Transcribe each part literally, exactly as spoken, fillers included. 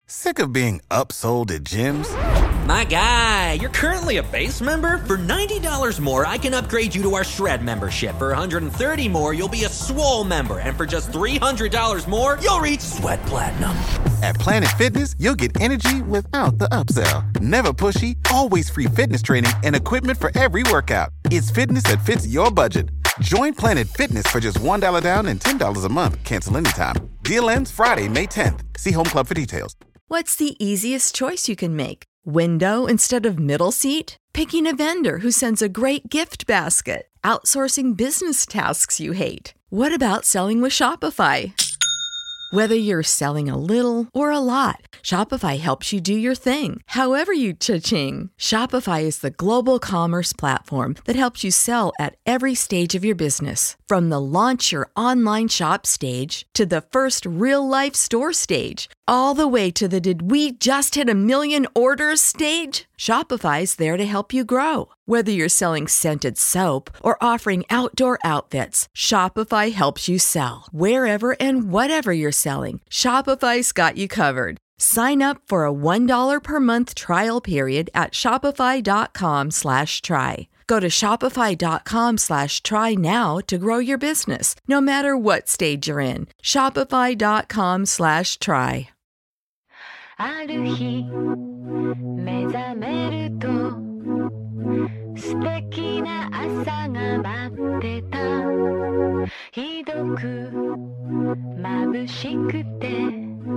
Sick of being upsold at gyms? My guy, you're currently a base member? For ninety dollars more, I can upgrade you to our Shred membership. For one hundred thirty dollars more, you'll be a Swole member. And for just three hundred dollars more, you'll reach Sweat Platinum. At Planet Fitness, you'll get energy without the upsell. Never pushy, always free fitness training and equipment for every workout. It's fitness that fits your budget. Join Planet Fitness for just one dollar down and ten dollars a month. Cancel anytime. Deal ends Friday, May tenth. See Home Club for details. What's the easiest choice you can make? Window instead of middle seat? Picking a vendor who sends a great gift basket? Outsourcing business tasks you hate? What about selling with Shopify? Whether you're selling a little or a lot, Shopify helps you do your thing, however you cha-ching. Shopify is the global commerce platform that helps you sell at every stage of your business. From the launch your online shop stage to the first real-life store stage, all the way to the did we just hit a million orders stage. Shopify's there to help you grow. Whether you're selling scented soap or offering outdoor outfits, Shopify helps you sell. Wherever and whatever you're selling, Shopify's got you covered. Sign up for a one dollar per month trial period at shopify.com slash try. Go to shopify.com slash try now to grow your business, no matter what stage you're in. Shopify.com slash try. ある日目覚めると素敵な朝が待ってたひどく眩しくて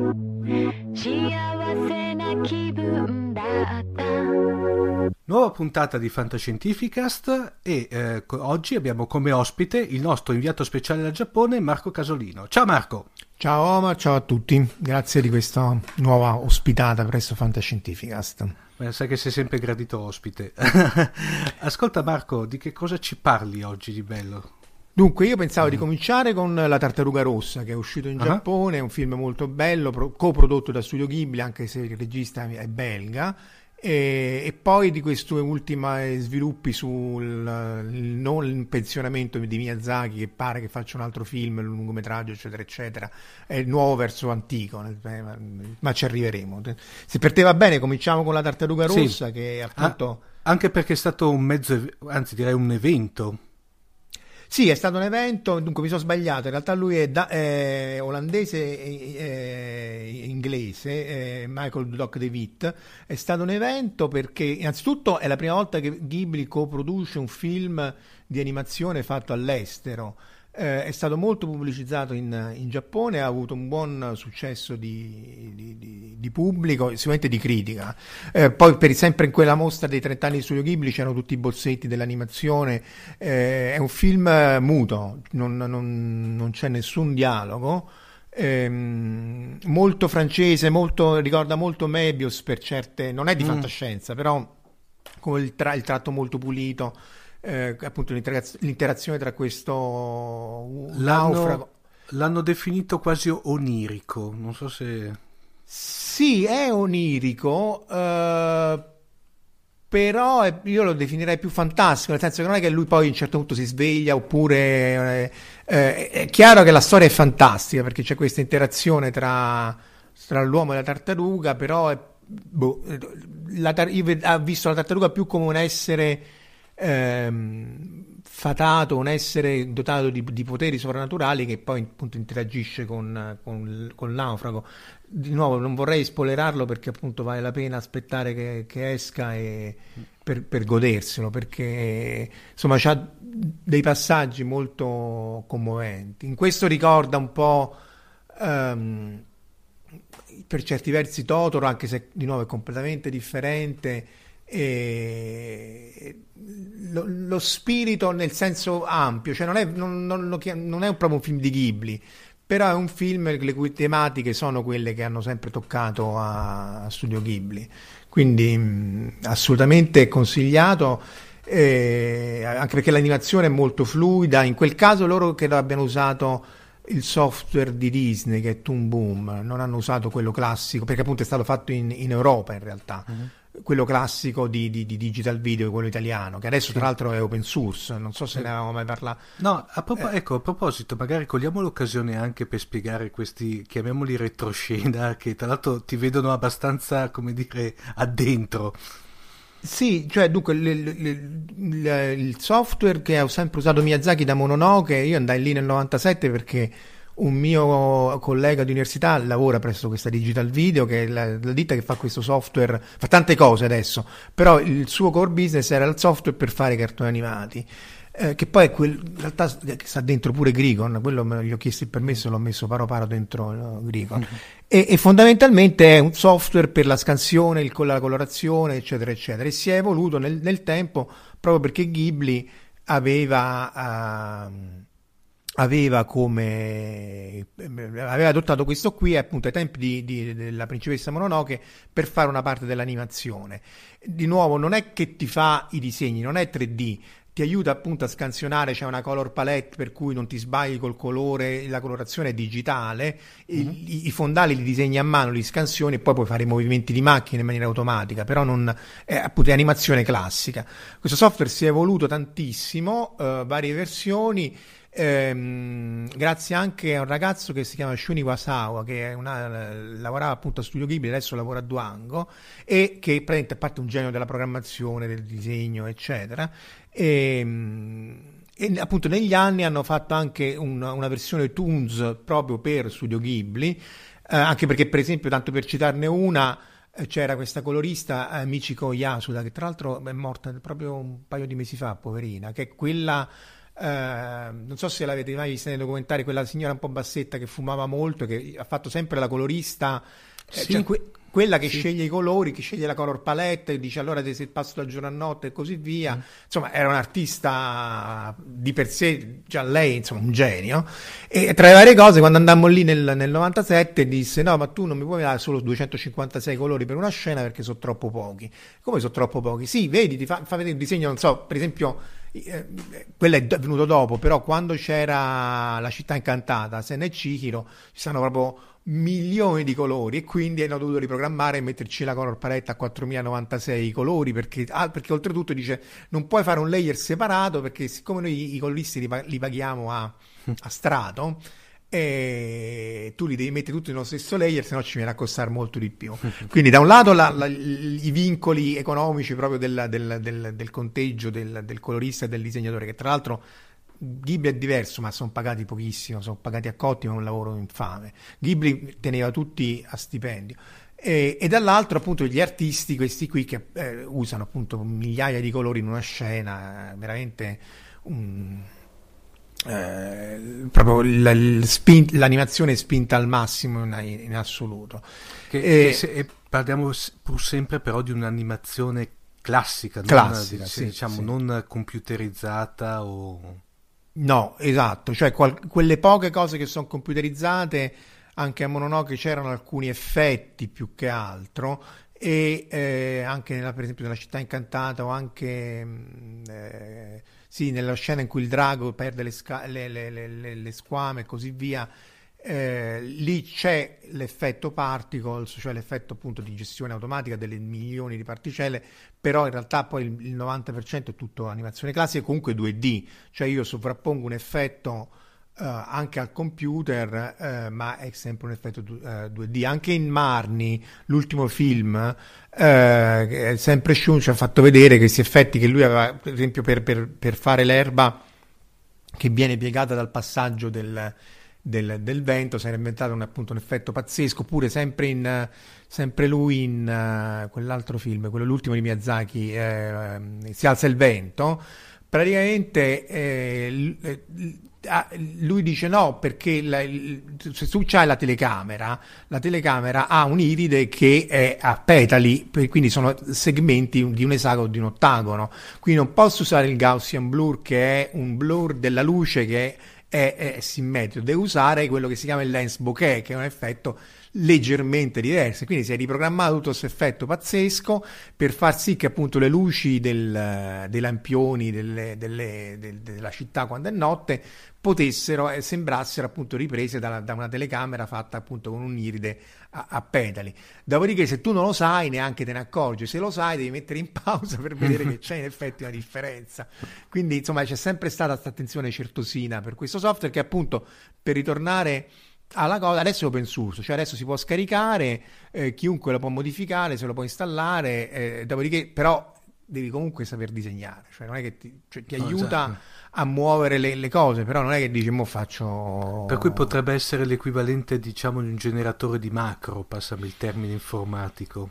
幸せな気分だった Nuova puntata di Fantascientificast e eh, oggi abbiamo come ospite il nostro inviato speciale dal Giappone, Marco Casolino. Ciao Marco! Ciao Omar, ciao a tutti, grazie di questa nuova ospitata presso Fantascientificast. Beh, sai che sei sempre gradito ospite. Ascolta Marco, di che cosa ci parli oggi di bello? Dunque io pensavo mm. di cominciare con La Tartaruga Rossa, che è uscito in uh-huh. Giappone, è un film molto bello, pro- coprodotto da Studio Ghibli, anche se il regista è belga. E, e poi di questi ultimi sviluppi sul il non il pensionamento di Miyazaki, che pare che faccia un altro film, un lungometraggio eccetera eccetera, è il nuovo verso antico, ma ci arriveremo. Se per te va bene cominciamo con La Tartaruga Rossa, sì. Che appunto ah, anche perché è stato un mezzo, anzi direi un evento. Sì, è stato un evento, dunque mi sono sbagliato, in realtà lui è, da, è olandese e eh, inglese, eh, Michael Doc DeWitt. È stato un evento perché innanzitutto è la prima volta che Ghibli coproduce un film di animazione fatto all'estero. Eh, è stato molto pubblicizzato in, in Giappone, ha avuto un buon successo di, di, di, di pubblico, sicuramente di critica. Eh, poi per, sempre in quella mostra dei trent'anni di Studio Ghibli c'erano tutti i bozzetti dell'animazione. Eh, è un film muto, non, non, non c'è nessun dialogo. Eh, molto francese, molto, ricorda molto Mebius per certe, non è di mm. fantascienza, però con il, tra, il tratto molto pulito. Eh, appunto l'interaz- l'interazione tra questo l'hanno, naufrago l'hanno definito quasi onirico, non so se sì è onirico, eh, però è, io lo definirei più fantastico, nel senso che non è che lui poi a un certo punto si sveglia oppure eh, eh, è chiaro che la storia è fantastica perché c'è questa interazione tra, tra l'uomo e la tartaruga, però è, boh, la tar- io ho visto la tartaruga più come un essere Ehm, fatato, un essere dotato di, di poteri sovrannaturali che poi appunto interagisce con, con, con il naufrago. Di nuovo non vorrei spoilerarlo perché appunto vale la pena aspettare che, che esca e, per, per goderselo, perché insomma c'ha dei passaggi molto commoventi. In questo ricorda un po' um, per certi versi Totoro, anche se di nuovo è completamente differente. E lo, lo spirito nel senso ampio, cioè non è, non, non, non è proprio un film di Ghibli, però è un film le cui tematiche sono quelle che hanno sempre toccato a, a Studio Ghibli, quindi mh, assolutamente consigliato, eh, anche perché l'animazione è molto fluida. In quel caso loro credo abbiano usato il software di Disney che è Toon Boom, non hanno usato quello classico perché appunto è stato fatto in, in Europa in realtà. Uh-huh. quello classico di, di, di digital video, quello italiano, che adesso sì. tra l'altro è open source, non so se sì. ne avevamo mai parlato. No, a prop- eh. ecco, a proposito, magari cogliamo l'occasione anche per spiegare questi, chiamiamoli retroscena, che tra l'altro ti vedono abbastanza, come dire, addentro. Sì, cioè dunque il, il, il, il software che ho sempre usato Miyazaki da Mononoke, io andai lì nel novantasette perché un mio collega di università lavora presso questa Digital Video, che è la, la ditta che fa questo software, fa tante cose adesso, però il suo core business era il software per fare cartoni animati, eh, che poi è quel, in realtà sta dentro pure Gricon, quello me, gli ho chiesto il permesso, l'ho messo paro paro dentro no, Gricon, mm-hmm. e, e fondamentalmente è un software per la scansione, il, la colorazione, eccetera, eccetera, e si è evoluto nel, nel tempo proprio perché Ghibli aveva... Uh, aveva come aveva adottato questo qui appunto ai tempi di, di, della principessa Mononoke per fare una parte dell'animazione. Di nuovo non è che ti fa i disegni, non è tre D, ti aiuta appunto a scansionare, c'è una color palette per cui non ti sbagli col colore, la colorazione è digitale, mm-hmm. i, i fondali li disegni a mano, li scansioni e poi puoi fare i movimenti di macchina in maniera automatica, però non è appunto è animazione classica. Questo software si è evoluto tantissimo, uh, varie versioni. Ehm, grazie anche a un ragazzo che si chiama Shun Iwasawa, che è una, lavorava appunto a Studio Ghibli, adesso lavora a Duango, e che praticamente è parte un genio della programmazione, del disegno, eccetera. E, e appunto negli anni hanno fatto anche una, una versione Toons proprio per Studio Ghibli, eh, anche perché per esempio, tanto per citarne una, c'era questa colorista eh, Michiko Yasuda, che tra l'altro è morta proprio un paio di mesi fa, poverina, che è quella... Uh, non so se l'avete mai vista nei documentari, quella signora un po' bassetta che fumava molto, che ha fatto sempre la colorista, eh, sì. cioè que- quella che sì. sceglie i colori, che sceglie la color palette, e dice allora se passo da giorno a notte e così via. Mm. Insomma, era un'artista di per sé, già lei, insomma, un genio. E tra le varie cose, quando andammo lì nel, nel novantasette, disse no, ma tu non mi puoi dare solo duecentocinquantasei colori per una scena perché sono troppo pochi. Come sono troppo pochi? Sì, vedi, ti fa, fa vedere un disegno, non so, per esempio... Eh, quello è venuto dopo, però quando c'era La città incantata, Sen e Chihiro, ci stanno proprio milioni di colori e quindi hanno dovuto riprogrammare e metterci la color palette a quattromilanovantasei colori perché, ah, perché oltretutto dice non puoi fare un layer separato perché siccome noi i coloristi li, li paghiamo a, a strato e tu li devi mettere tutti nello stesso layer, se no ci viene a costare molto di più. Quindi da un lato la, la, i vincoli economici proprio del, del, del, del conteggio del, del colorista e del disegnatore, che tra l'altro Ghibli è diverso, ma sono pagati pochissimo, sono pagati a cotti, ma è un lavoro infame. Ghibli teneva tutti a stipendio. E, e dall'altro appunto gli artisti, questi qui che eh, usano appunto migliaia di colori in una scena, veramente un... Eh, proprio il, il spin, l'animazione è spinta al massimo in, in assoluto. Che, e, che se, e parliamo pur sempre però di un'animazione classica, classica non, sì, diciamo sì. non computerizzata o... No, esatto, cioè qual- quelle poche cose che sono computerizzate, anche a Mononoke c'erano alcuni effetti più che altro, e eh, anche nella, per esempio nella città incantata o anche eh, sì, nella scena in cui il drago perde le, sca- le, le, le, le squame e così via, eh, lì c'è l'effetto particles, cioè l'effetto appunto di gestione automatica delle milioni di particelle, però in realtà poi il, il novanta per cento è tutto animazione classica, comunque due D, cioè io sovrappongo un effetto Uh, anche al computer, uh, ma è sempre un effetto uh, due D. Anche in Marnie, l'ultimo film, uh, sempre Shun ci ha fatto vedere questi effetti che lui aveva, per esempio per, per, per fare l'erba che viene piegata dal passaggio del, del, del vento, si era inventato un, appunto un effetto pazzesco, pure sempre in sempre lui in uh, quell'altro film, quello l'ultimo di Miyazaki, uh, Si alza il vento, praticamente eh, lui dice no, perché la, se tu c'hai la telecamera, la telecamera ha un'iride che è a petali, quindi sono segmenti di un esagono, di un ottagono, quindi non posso usare il Gaussian blur, che è un blur della luce che è, è, è simmetrico, devo usare quello che si chiama il lens bokeh, che è un effetto leggermente diverse, quindi si è riprogrammato tutto questo effetto pazzesco per far sì che appunto le luci del, dei lampioni delle, delle, del, della città quando è notte potessero e sembrassero appunto riprese da, da una telecamera fatta appunto con un'iride a, a petali. Dopodiché se tu non lo sai neanche te ne accorgi, se lo sai devi mettere in pausa per vedere che c'è in effetti una differenza. Quindi insomma c'è sempre stata questa attenzione certosina per questo software che appunto, per ritornare alla cosa, adesso è open source, cioè adesso si può scaricare, eh, chiunque lo può modificare, se lo può installare, eh, dopodiché però devi comunque saper disegnare, cioè non è che ti, cioè, ti No, aiuta esatto. a muovere le, le cose, però non è che dici mo faccio... Per cui potrebbe essere l'equivalente, diciamo, di un generatore di macro, passami il termine informatico,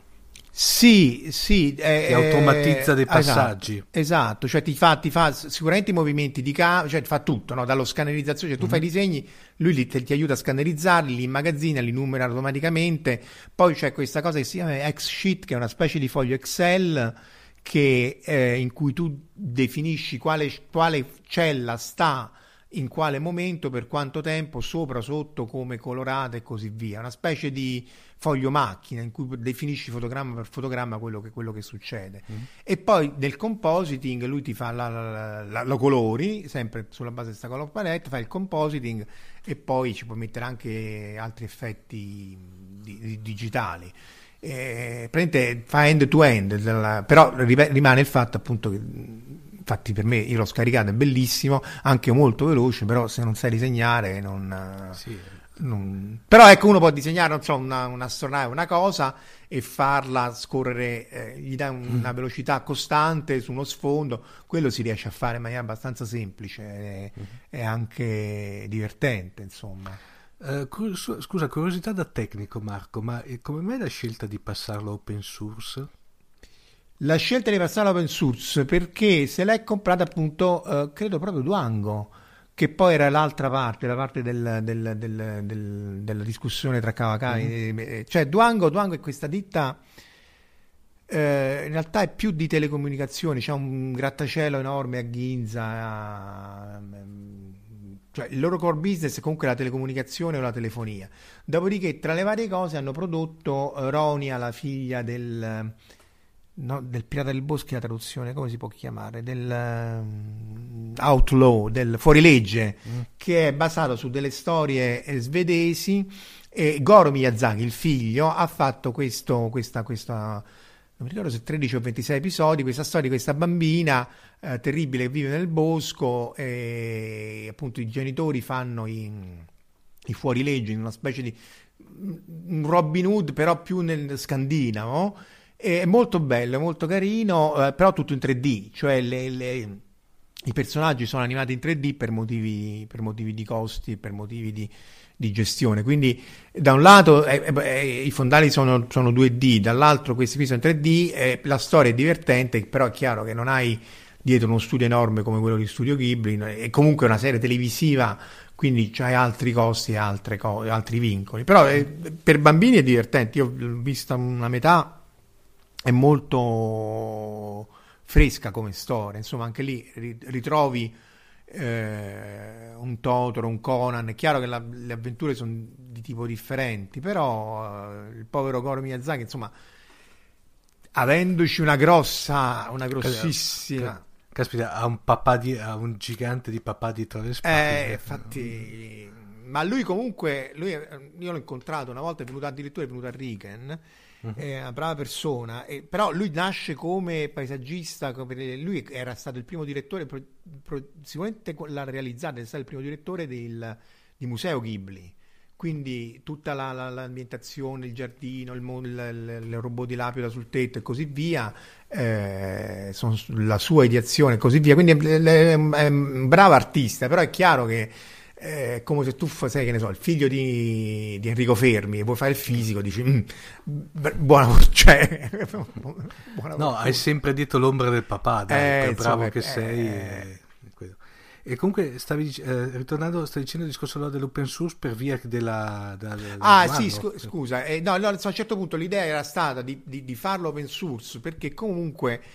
Sì, sì, eh, che automatizza dei eh, passaggi. Esatto, esatto, cioè ti fa, ti fa sicuramente i movimenti di camera, cioè ti fa tutto, no? Dallo scannerizzazione, cioè tu fai i disegni, lui li, te- ti aiuta a scannerizzarli, li immagazzina, li numera automaticamente, poi c'è questa cosa che si chiama X-Sheet, che è una specie di foglio Excel che, eh, in cui tu definisci quale, quale cella sta in quale momento, per quanto tempo, sopra, sotto, come colorata e così via. Una specie di foglio macchina in cui definisci fotogramma per fotogramma quello che, quello che succede. Mm. E poi nel compositing lui ti fa la, la, la, lo colori, sempre sulla base di questa color palette, fa il compositing e poi ci puoi mettere anche altri effetti di, di, digitali. Eh, praticamente fa end to end, della, però rimane il fatto appunto che, infatti per me io l'ho scaricato, è bellissimo, anche molto veloce, però se non sai disegnare non, Sì. non... però ecco, uno può disegnare, non so, una, un'astronave, una cosa e farla scorrere, eh, gli dà una mm. velocità costante su uno sfondo, quello si riesce a fare in maniera abbastanza semplice e mm. è anche divertente, insomma. Uh, scusa, curiosità da tecnico, Marco, ma come mai la scelta di passarlo open source? La scelta di passarlo open source perché se l'è comprata appunto, uh, credo proprio Duango, che poi era l'altra parte, la parte del, del, del, del, della discussione tra Kawakami, mm-hmm. cioè Duango, Duango è questa ditta, eh, in realtà è più di telecomunicazioni, c'è un grattacielo enorme a Ginza, a, cioè il loro core business è comunque la telecomunicazione o la telefonia. Dopodiché tra le varie cose hanno prodotto uh, Ronia, la figlia del, no, del Pirata del Bosco, la traduzione come si può chiamare, del uh, Outlaw, del fuorilegge, mm. che è basato su delle storie eh, svedesi, e Goro Miyazaki, il figlio, ha fatto questo, questa, questa non mi ricordo se tredici o ventisei episodi, questa storia di questa bambina eh, terribile che vive nel bosco e appunto i genitori fanno i, i fuorilegge in una specie di un Robin Hood però più nel scandinavo. È molto bello, è molto carino, eh, però tutto in tre D, cioè le, le, i personaggi sono animati in tre D per motivi, per motivi di costi, per motivi di, di gestione. Quindi da un lato eh, eh, i fondali sono, sono due D, dall'altro questi qui sono tre D, eh, la storia è divertente, però è chiaro che non hai dietro uno studio enorme come quello di Studio Ghibli, è comunque una serie televisiva, quindi c'hai altri costi e altre co- altri vincoli. Però eh, per bambini è divertente, io ho visto una metà, è molto fresca come storia, insomma anche lì ritrovi eh, un Totoro, un Conan. È chiaro che la, le avventure sono di tipo differenti, però eh, il povero Goro Miyazaki, insomma, avendoci una grossa, una grossissima, caspita, ha un papà di, ha un gigante di papà dietro le spalle. Eh, infatti, ma lui comunque, lui, io l'ho incontrato una volta, è venuto addirittura è venuto a Riken. Uh-huh. È una brava persona, e, però lui nasce come paesaggista, come, lui era stato il primo direttore, pro, pro, sicuramente l'ha realizzato, è stato il primo direttore del, di Museo Ghibli, quindi tutta la, la, l'ambientazione, il giardino, il, il, il robot di Lapida sul tetto e così via, eh, sono la sua ideazione e così via, quindi è, è, è un bravo artista, però è chiaro che è come se tu sei, che ne so, il figlio di, di Enrico Fermi e vuoi fare il fisico, dici mm, buona, cioè, buona no, hai sempre dietro l'ombra del papà, dai, eh, per bravo insomma, che eh, sei. Eh, E comunque stavi eh, ritornando, stai dicendo il discorso dell'open source per via della, della, della ah della sì scu- scusa eh, no, no, a un certo punto l'idea era stata di, di, di farlo open source perché comunque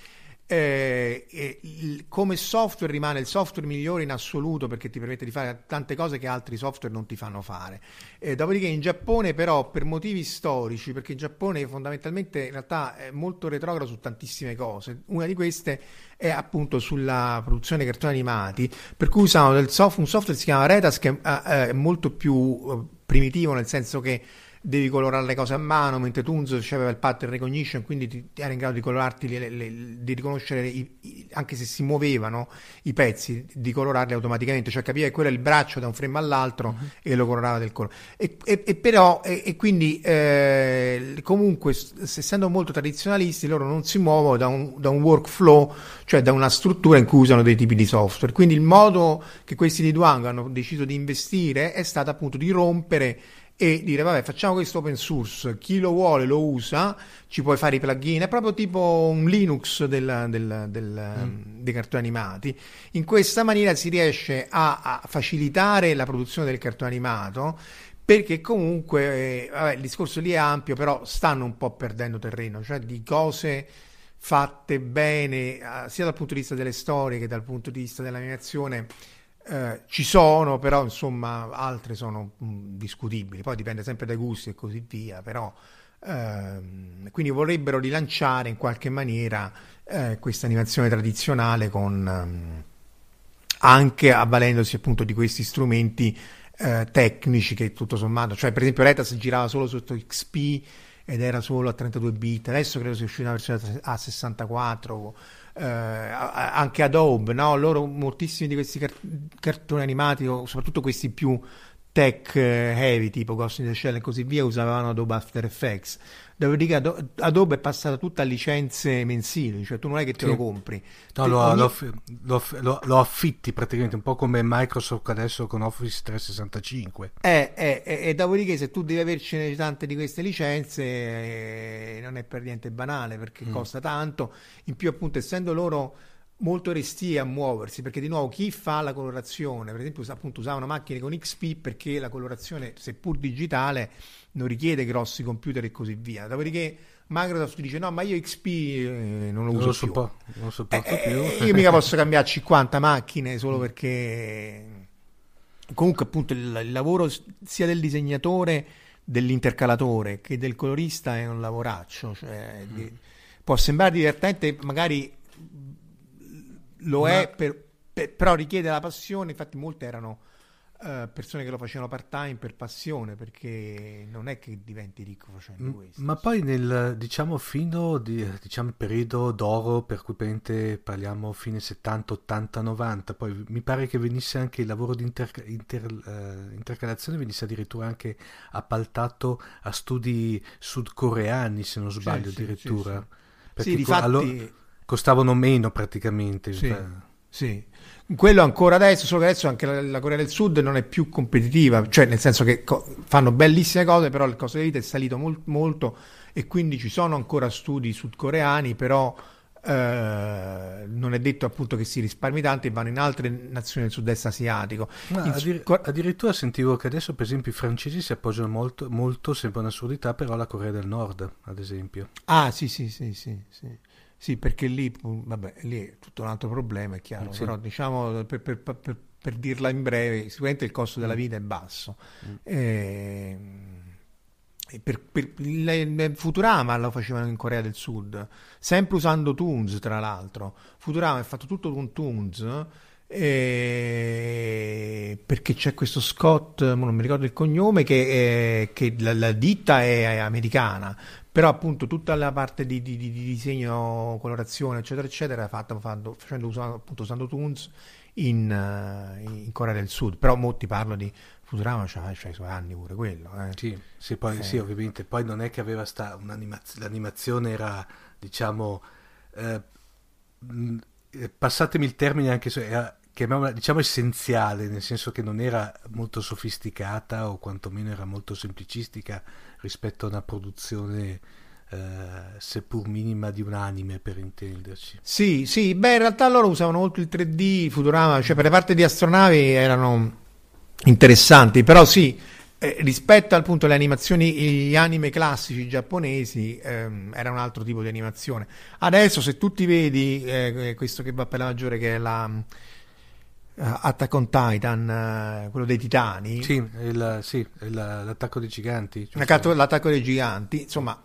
Eh, eh, il, come software rimane il software migliore in assoluto perché ti permette di fare tante cose che altri software non ti fanno fare. Eh, dopodiché in Giappone però per motivi storici, perché il Giappone fondamentalmente in realtà è molto retrogrado su tantissime cose, una di queste è appunto sulla produzione di cartoni animati, per cui usano del soft, un software che si chiama Retas che è, è molto più uh, primitivo, nel senso che devi colorare le cose a mano, mentre Toons aveva il pattern recognition, quindi ti, ti era in grado di colorarti le, le, le, di riconoscere i, i, anche se si muovevano i pezzi, di colorarli automaticamente, cioè capiva che quello è il braccio da un frame all'altro uh-huh. e lo colorava del colore e, e, e però e, e quindi eh, comunque essendo molto tradizionalisti loro non si muovono da un, da un workflow, cioè da una struttura in cui usano dei tipi di software, quindi il modo che questi di Dwang hanno deciso di investire è stato appunto di rompere e dire vabbè facciamo questo open source, chi lo vuole lo usa, ci puoi fare i plugin, è proprio tipo un Linux del, del, del, mm. dei cartoni animati. In questa maniera si riesce a, a facilitare la produzione del cartone animato, perché comunque eh, vabbè, il discorso lì è ampio, però stanno un po' perdendo terreno, cioè di cose fatte bene eh, sia dal punto di vista delle storie che dal punto di vista dell'animazione. Eh, ci sono, però insomma altre sono mh, discutibili, poi dipende sempre dai gusti e così via, però ehm, quindi vorrebbero rilanciare in qualche maniera eh, questa animazione tradizionale con ehm, anche avvalendosi appunto di questi strumenti eh, tecnici che tutto sommato, cioè per esempio Retas girava solo sotto X P ed era solo a trentadue bit, adesso credo sia uscita una versione a sessantaquattro. Eh, anche Adobe, no? Loro moltissimi di questi cart- cartoni animati, o soprattutto questi più tech heavy tipo Ghost in the Shell e così via, usavano Adobe After Effects. Dopodiché Ado- Adobe è passata tutta a licenze mensili, cioè tu non è che te sì. lo compri, no, te, lo, ogni... lo, lo, lo, lo affitti praticamente, un po' come Microsoft adesso con Office trecentosessantacinque. Eh, eh, eh, e dopodiché se tu devi avercene tante di queste licenze eh, non è per niente banale, perché mm. costa tanto, in più appunto essendo loro molto restii a muoversi, perché di nuovo chi fa la colorazione, per esempio appunto usavano macchine con X P perché la colorazione seppur digitale non richiede grossi computer e così via, dopodiché Microsoft dice no ma io X P eh, non lo uso non lo più soppo- non lo sopporto eh, più eh, io mica posso cambiare cinquanta macchine solo perché comunque appunto il, il lavoro sia del disegnatore, dell'intercalatore che del colorista è un lavoraccio, cioè, mm. di, può sembrare divertente, magari lo Ma... è, per, per, però richiede la passione. Infatti molte erano uh, persone che lo facevano part time per passione, perché non è che diventi ricco facendo M- questo. Ma poi nel diciamo fino di, diciamo il periodo d'oro, per cui parliamo fine settanta, ottanta, novanta, poi mi pare che venisse anche il lavoro di inter, inter, uh, intercalazione venisse addirittura anche appaltato a studi sudcoreani, se non sbaglio, sì, addirittura sì, sì. Perché sì, difatti... allora costavano meno praticamente. Sì, sì. Quello ancora adesso, solo che adesso anche la, la Corea del Sud non è più competitiva, cioè nel senso che co- fanno bellissime cose, però il costo di vita è salito mol- molto e quindi ci sono ancora studi sudcoreani, però eh, non è detto appunto che si risparmi tanto e vanno in altre nazioni del sud-est asiatico. Ma addir- Cor- addirittura sentivo che adesso per esempio i francesi si appoggiano molto, molto, sembra un'assurdità, però alla Corea del Nord ad esempio. Ah sì sì sì sì sì. Sì, perché lì, vabbè, lì è tutto un altro problema, è chiaro, sì. Però diciamo, per, per, per, per dirla in breve, sicuramente il costo della vita è basso. Mm. E, e per, per, il, Futurama lo facevano in Corea del Sud, sempre usando Toons, tra l'altro. Futurama è fatto tutto con Toons, e, perché c'è questo Scott, non mi ricordo il cognome, che, è, che la, la ditta è, è americana, però appunto tutta la parte di, di, di disegno, colorazione eccetera eccetera è fatta facendo, facendo usando, appunto usando Toons in, uh, in Corea del Sud, però mo ti parlo di Futurama, c'ha, c'ha i suoi anni pure quello eh. sì, sì, poi, eh. sì ovviamente poi non è che aveva sta un'animazione, l'animazione era diciamo eh, mh, passatemi il termine, anche se era, chiamiamola, diciamo essenziale, nel senso che non era molto sofisticata o quantomeno era molto semplicistica rispetto a una produzione eh, seppur minima di un anime, per intenderci. Sì, sì, beh in realtà loro usavano molto il tre D Futurama, cioè per le parti di astronavi erano interessanti, però sì, eh, rispetto al punto alle animazioni, gli anime classici giapponesi, ehm, era un altro tipo di animazione. Adesso se tu ti vedi eh, questo che va per la maggiore, che è la uh, Attack on Titan, uh, quello dei titani, Sì, il, sì il, l'attacco dei giganti. giusto? L'attacco dei giganti, insomma,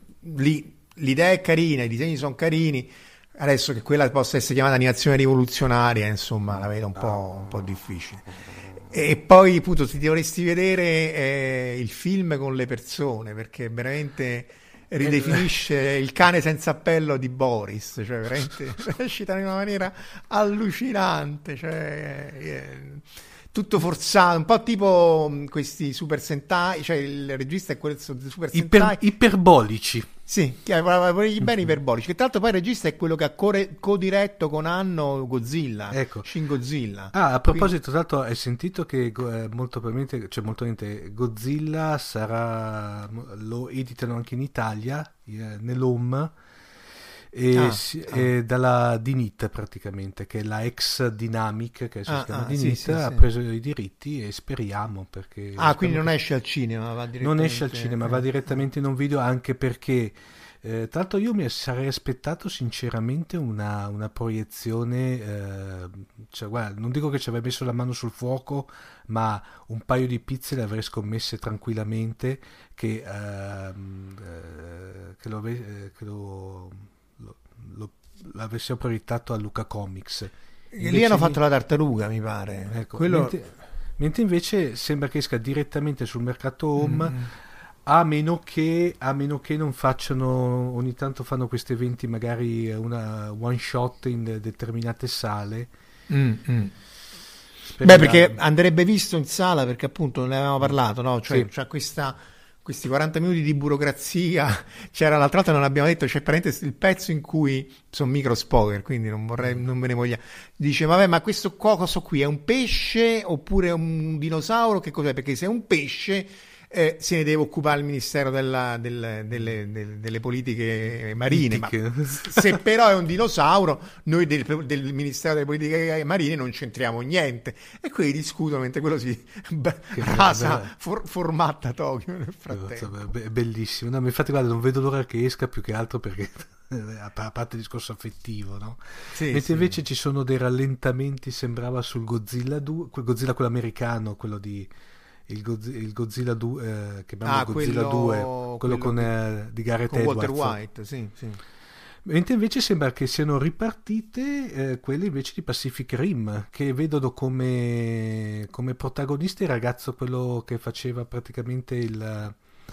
lì l'idea è carina, i disegni sono carini. Adesso che quella possa essere chiamata animazione rivoluzionaria, insomma, la vedo un po', un po' difficile. E poi, appunto, ti dovresti vedere eh, il film con le persone, perché veramente ridefinisce il cane senza appello di Boris, cioè veramente recita in una maniera allucinante, cioè eh, tutto forzato, un po' tipo questi Super Sentai, cioè il regista è quello di Super Sentai. Iper, iperbolici. Sì, i beni iperbolici. Che tra l'altro poi il regista è quello che ha core- co-diretto con Anno Godzilla, ecco. Shin Godzilla. Ah, a proposito, tra l'altro hai sentito che eh, molto probabilmente, cioè molto probabilmente Godzilla sarà, lo editano anche in Italia, eh, nell'Home, e, Ah, si- ah. e dalla Dinit praticamente, che è la ex Dynamic, che adesso Ah, si chiama ah, Dinit, sì, sì, ha sì. preso i diritti e speriamo, perché Ah, quindi speriamo non che- esce al cinema, va non direttamente... esce al cinema, va eh. direttamente in un video, anche perché eh, tra l'altro io mi sarei aspettato sinceramente una, una proiezione, eh, cioè, guarda, non dico che ci avrei messo la mano sul fuoco, ma un paio di pizze le avrei scommesse tranquillamente che, ehm, eh, che, lo, ave- eh, che lo, lo, lo- l'avessero proiettato a Luca Comics. E lì Invece hanno mi- fatto la tartaruga, mi pare. Ecco, Quello... mentre, mentre invece sembra che esca direttamente sul mercato home, Mm. a meno che, a meno che non facciano, ogni tanto fanno questi eventi, magari una one shot in de- determinate sale. Mm, mm. Beh, Speriamo. perché andrebbe visto in sala, perché appunto ne avevamo parlato, no? Cioè, Sì. c'è questa, questi quaranta minuti di burocrazia. C'era l'altra volta, non abbiamo detto, c'è parentesi, il pezzo in cui sono micro spoiler, quindi non vorrei, non me ne voglia. Dice, vabbè, ma questo qua, cosa qui è un pesce oppure un dinosauro? Che cos'è? Perché se è un pesce eh, se ne deve occupare il Ministero della- del- delle, delle- delle politiche marine. Ma Itiche. se però è un dinosauro, noi del, del Ministero delle politiche marine non c'entriamo niente. E quelli discutono mentre quello si b- Che rasa, bella- for- formatta Tokyo nel frattempo. Insomma, è bellissimo. No, ma infatti guarda, non vedo l'ora che esca, più che altro perché a parte il discorso affettivo, no? Sì, Mentre sì. invece ci sono dei rallentamenti, sembrava sul Godzilla due, quel Godzilla quello americano, quello di il, Goz- il Godzilla due, eh, che abbiamo Ah, Godzilla quello- due, quello, quello con che- eh, di Gareth con Walter Edwards. White, sì, sì. Mentre invece sembra che siano ripartite eh, quelle invece di Pacific Rim, che vedono come, come protagonista il ragazzo, quello che faceva praticamente il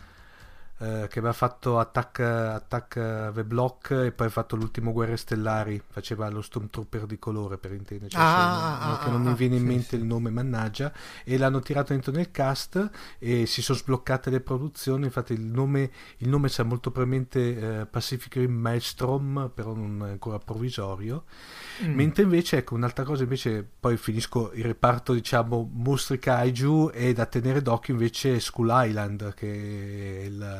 eh, che aveva fatto Attack, Attack the Block e poi ha fatto l'ultimo Guerre Stellari, faceva lo Stormtrooper di colore, per intenderci, Ah, cioè, ah, non- ah, che non mi ah, viene in sì, mente sì. il nome, mannaggia, e l'hanno tirato dentro nel cast e si sono sbloccate le produzioni. Infatti il nome, il nome c'è molto probabilmente eh, Pacific Rim Maelstrom, però non è ancora provvisorio. Mm. Mentre invece, ecco, un'altra cosa invece, poi finisco il reparto, diciamo, mostri kaiju, e da tenere d'occhio invece Skull Island, che è il...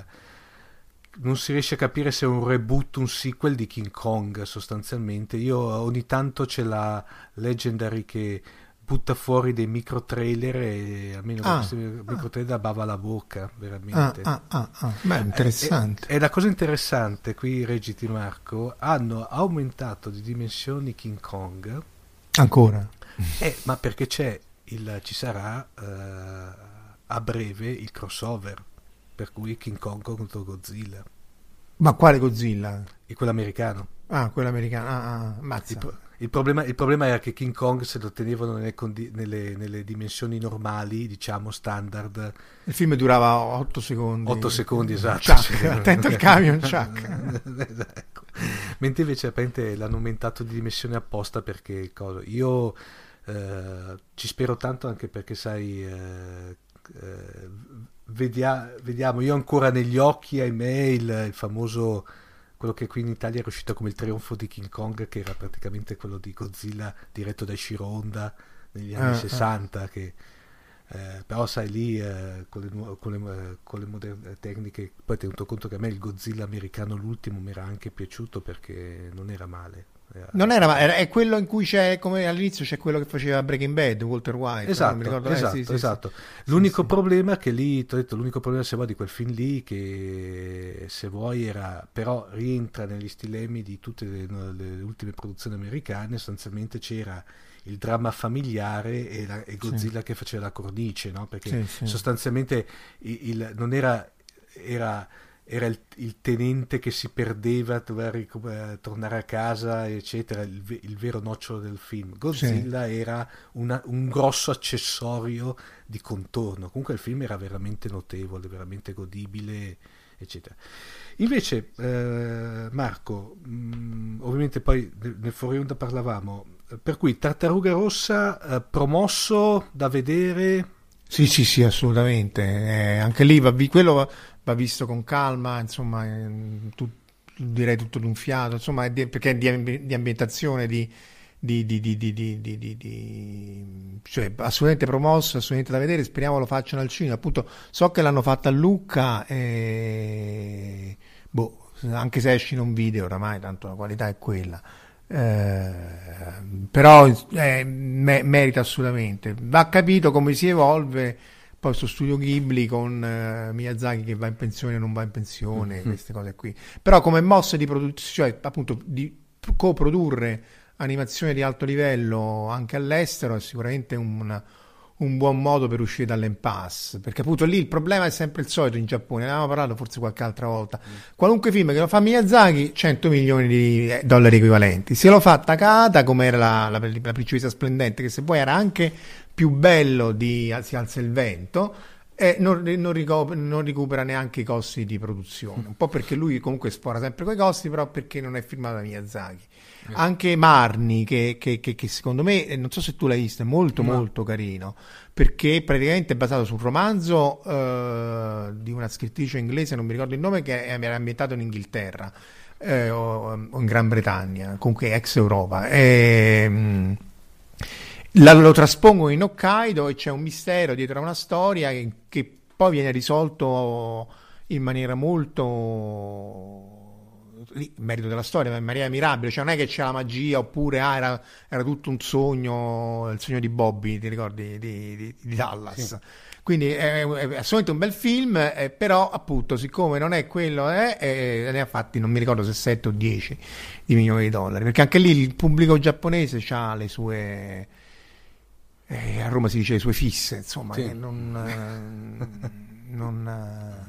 non si riesce a capire se è un reboot, un sequel di King Kong sostanzialmente. Io ogni tanto c'è la Legendary che butta fuori dei micro trailer e almeno da Ah, questi micro trailer bava la bocca, Ah, veramente. ah, ah, ah. Beh, interessante. E, e la cosa interessante qui, Regiti Marco, hanno aumentato di dimensioni King Kong, Ancora. eh, ma perché c'è il, ci sarà eh, a breve il crossover, per cui King Kong contro Godzilla, Ma quale Godzilla? e quello americano. Ah, quello americano. Ah, ah, Il, mazza. pro- il problema, il problema era che King Kong, se lo tenevano nelle, condi- nelle, nelle dimensioni normali, diciamo standard, Il film durava otto secondi. otto secondi, esatto. Chuck, Cioè- attento al camion, Chuck. Ecco. Mentre invece apparentemente l'hanno aumentato di dimensione apposta perché cosa? Io eh, ci spero tanto, anche perché sai, eh, eh, vedia- vediamo, io ho ancora negli occhi, ahimè, il, il famoso, quello che qui in Italia è riuscito come il trionfo di King Kong, che era praticamente quello di Godzilla diretto da Ishiro Honda negli anni Ah, ah. sessanta, che eh, però sai lì eh, con le, nuo- con le, eh, con le moderne tecniche, poi tenuto conto che a me il Godzilla americano l'ultimo mi era anche piaciuto perché non era male, era... Non era, era, è quello in cui c'è, come all'inizio c'è quello che faceva Breaking Bad, Walter White. Esatto, non mi ricordo, esatto, eh, sì, esatto. Sì, l'unico sì, problema è che lì, ti ho detto, l'unico problema se vuoi di quel film lì, che se vuoi era, però rientra negli stilemi di tutte le, le ultime produzioni americane, sostanzialmente c'era il dramma familiare e, la, e Godzilla sì. che faceva la cornice, no? Perché sì, sì. sostanzialmente il, il, non era... era era il, il tenente che si perdeva, doveva ric- eh, tornare a casa, eccetera, il, ve- il vero nocciolo del film. Godzilla sì. era una, un grosso accessorio di contorno. Comunque il film era veramente notevole, veramente godibile, eccetera. Invece, eh, Marco, mh, ovviamente poi nel fuori onda parlavamo, per cui Tartaruga Rossa eh, promosso da vedere... Sì, sì, sì, assolutamente. Eh, anche lì va, quello va, va visto con calma, insomma, eh, tu, direi tutto d'un fiato, insomma, è di, perché è di, di ambientazione, di, di, di, di, di, di, di, di, di, cioè assolutamente promosso, assolutamente da vedere. Speriamo lo facciano al cinema. Appunto, so che l'hanno fatta a Lucca, e, boh, anche se esce in un video, oramai tanto la qualità è quella. Eh, però eh, me- merita assolutamente. Va capito come si evolve poi questo studio Ghibli con eh, Miyazaki che va in pensione o non va in pensione, mm-hmm. queste cose qui. Però come mosse di produzione, cioè appunto di coprodurre animazione di alto livello anche all'estero è sicuramente un, un buon modo per uscire dall'impasse, perché appunto lì il problema è sempre il solito in Giappone, ne avevamo parlato forse qualche altra volta. Mm. Qualunque film che lo fa Miyazaki, cento milioni di dollari equivalenti. Se lo fa Takahata, come era la, la, la Principessa Splendente, che se poi era anche più bello di Si alza il vento, e non, non, ricopera, non recupera neanche i costi di produzione, un po' perché lui comunque sfora sempre quei costi, però perché non è firmato da Miyazaki. Anche Marni che, che, che, che secondo me, non so se tu l'hai visto, è molto no. molto carino, perché praticamente è basato su un romanzo uh, di una scrittrice inglese, non mi ricordo il nome, che era ambientato in Inghilterra eh, o, o in Gran Bretagna, comunque ex Europa, e, mh, la, lo traspongo in Hokkaido e c'è un mistero dietro a una storia che, che poi viene risolto in maniera molto... lì il merito della storia, ma in maniera mirabile, cioè non è che c'è la magia oppure ah, era, era tutto un sogno, il sogno di Bobby, ti ricordi, di, di, di Dallas, sì. Quindi è, è assolutamente un bel film, eh, però appunto siccome non è quello, eh, eh, ne ha fatti non mi ricordo se sette o dieci di milioni di dollari, perché anche lì il pubblico giapponese ha le sue eh, a Roma si dice le sue fisse, insomma, sì. che non eh, non eh,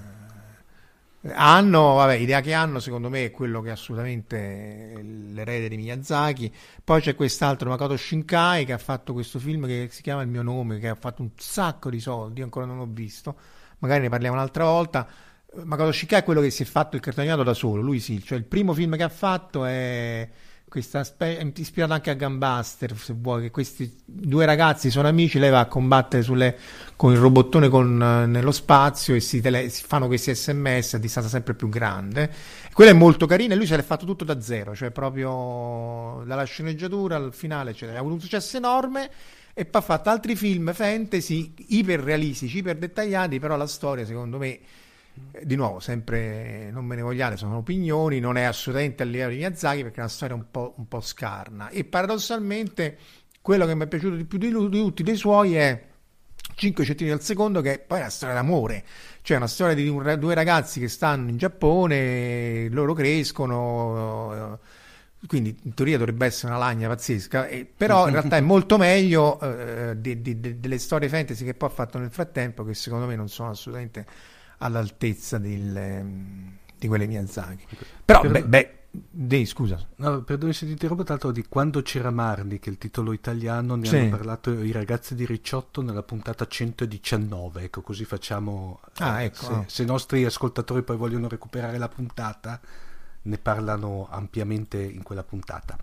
hanno, vabbè, idea che hanno, secondo me è quello che è assolutamente l'erede di Miyazaki. Poi c'è quest'altro Makoto Shinkai che ha fatto questo film che si chiama Il mio nome, che ha fatto un sacco di soldi, io ancora non l'ho visto, magari ne parliamo un'altra volta. Makoto Shinkai è quello che si è fatto il cartone animato da solo, lui sì, cioè il primo film che ha fatto è questa spe- è ispirato anche a Gunbuster, se vuoi, che questi due ragazzi sono amici, lei va a combattere sulle, con il robottone con, nello spazio e si, tele, si fanno questi sms a distanza sempre più grande. Quello è molto carino e lui se l'è fatto tutto da zero, cioè proprio dalla sceneggiatura al finale, cioè, ha avuto un successo enorme e poi ha fatto altri film fantasy iper realistici, iper dettagliati, però la storia secondo me, di nuovo, sempre non me ne vogliate, sono opinioni, non è assolutamente a livello di Miyazaki perché è una storia un po', un po' scarna. E paradossalmente quello che mi è piaciuto di più di, lui, di tutti dei suoi è cinque centimetri al secondo, che poi è una storia d'amore, cioè una storia di un, due ragazzi che stanno in Giappone, loro crescono, quindi in teoria dovrebbe essere una lagna pazzesca, e, però in realtà è molto meglio eh, di, di, di, delle storie fantasy che poi ha fatto nel frattempo, che secondo me non sono assolutamente all'altezza del, di quelle Miyazaki. Però per, beh, beh dei, scusa no, perdoni se ti interrompo, tanto di Quando c'era Marni, che è il titolo italiano, ne sì. hanno parlato i ragazzi di Ricciotto nella puntata centodiciannove, ecco, così facciamo ah, eh, ecco, se, oh. se i nostri ascoltatori poi vogliono recuperare la puntata, ne parlano ampiamente in quella puntata.